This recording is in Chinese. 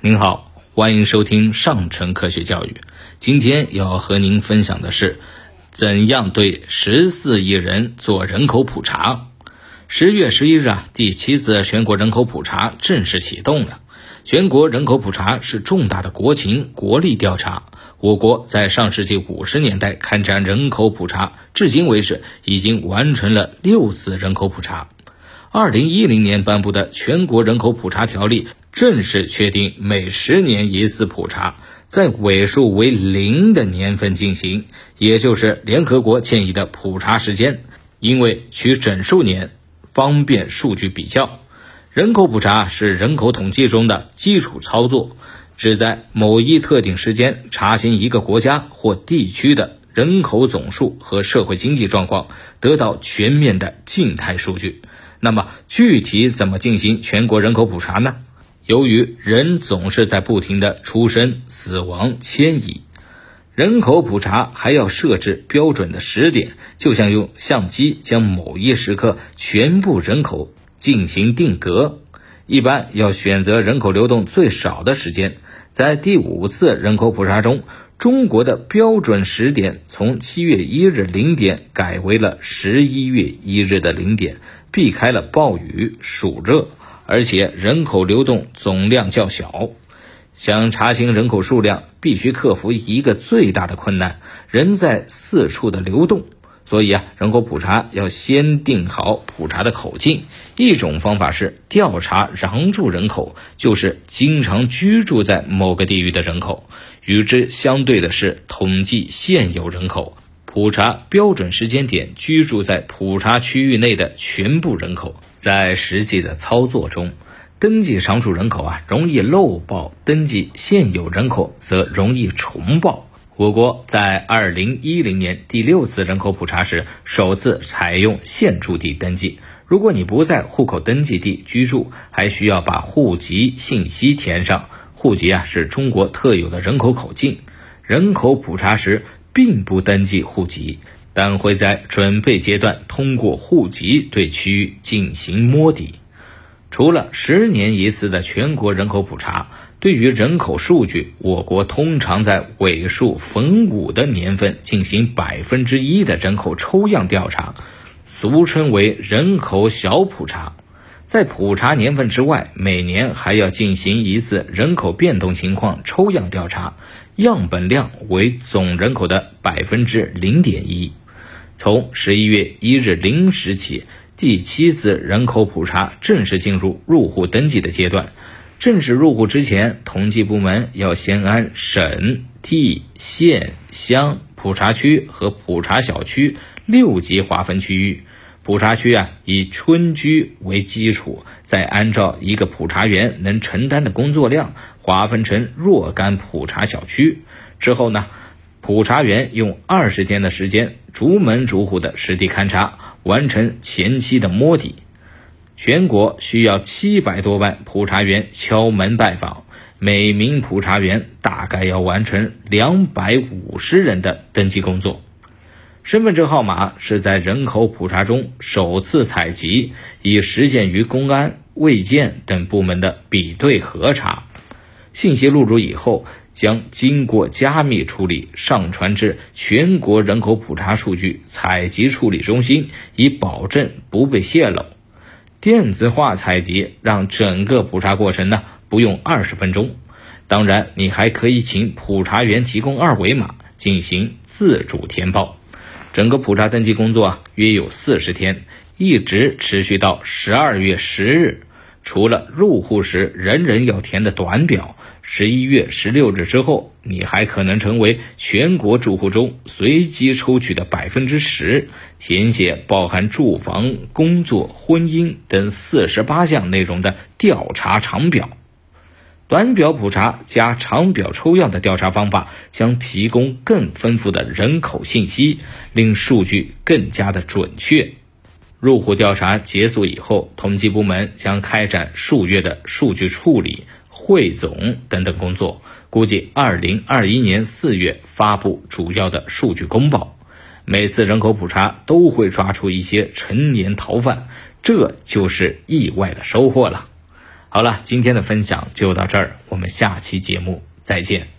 您好，欢迎收听上城科学教育。今天要和您分享的是，怎样对14亿人做人口普查。10月11日第7次全国人口普查正式启动了。全国人口普查是重大的国情国力调查。我国在上世纪50年代开展人口普查，至今为止已经完成了6次人口普查。2010年颁布的全国人口普查条例正式确定每10年一次普查，在尾数为0的年份进行，也就是联合国建议的普查时间，因为取整数年方便数据比较。人口普查是人口统计中的基础操作，旨在某一特定时间查询一个国家或地区的人口总数和社会经济状况，得到全面的静态数据。那么具体怎么进行全国人口普查呢？由于人总是在不停的出生、死亡、迁移，人口普查还要设置标准的时点，就像用相机将某一时刻全部人口进行定格。一般要选择人口流动最少的时间。在第5次人口普查中，中国的标准时点从7月1日0点改为了11月1日的0点，避开了暴雨、暑热，而且人口流动总量较小。想查询人口数量，必须克服一个最大的困难，人在四处的流动。所以人口普查要先定好普查的口径。一种方法是调查常住人口，就是经常居住在某个地域的人口。与之相对的是统计现有人口，普查标准时间点居住在普查区域内的全部人口。在实际的操作中，登记常住人口容易漏报，登记现有人口则容易重报。我国在2010年第6次人口普查时，首次采用现住地登记。如果你不在户口登记地居住，还需要把户籍信息填上。户籍是中国特有的人口口径。人口普查时并不登记户籍，但会在准备阶段通过户籍对区域进行摸底。除了10年一次的全国人口普查，对于人口数据，我国通常在尾数逢5的年份进行1%的人口抽样调查，俗称为人口小普查。在普查年份之外，每年还要进行一次人口变动情况抽样调查，样本量为总人口的0.1%。从11月1日0时起，第7次人口普查正式进入入户登记的阶段。正式入户之前，统计部门要先按省、地、县、乡、普查区和普查小区6级划分区域。普查区以村居为基础，再按照一个普查员能承担的工作量划分成若干普查小区。之后普查员用20天的时间逐门逐户的实地勘察，完成前期的摸底。全国需要700多万普查员敲门拜访，每名普查员大概要完成250人的登记工作。身份证号码是在人口普查中首次采集，以实现与公安、卫健等部门的比对核查。信息录入以后，将经过加密处理，上传至全国人口普查数据采集处理中心，以保证不被泄露。电子化采集让整个普查过程不用20分钟。当然，你还可以请普查员提供2维码进行自主填报。整个普查登记工作约有40天，一直持续到12月10日。除了入户时人人要填的短表，11月16日之后，你还可能成为全国住户中随机抽取的10%，填写包含住房、工作、婚姻等48项内容的调查长表。短表普查加长表抽样的调查方法，将提供更丰富的人口信息，令数据更加的准确。入户调查结束以后，统计部门将开展数月的数据处理、汇总等等工作，估计2021年4月发布主要的数据公报。每次人口普查都会抓出一些陈年逃犯，这就是意外的收获了。好了，今天的分享就到这儿， 我们下期节目再见。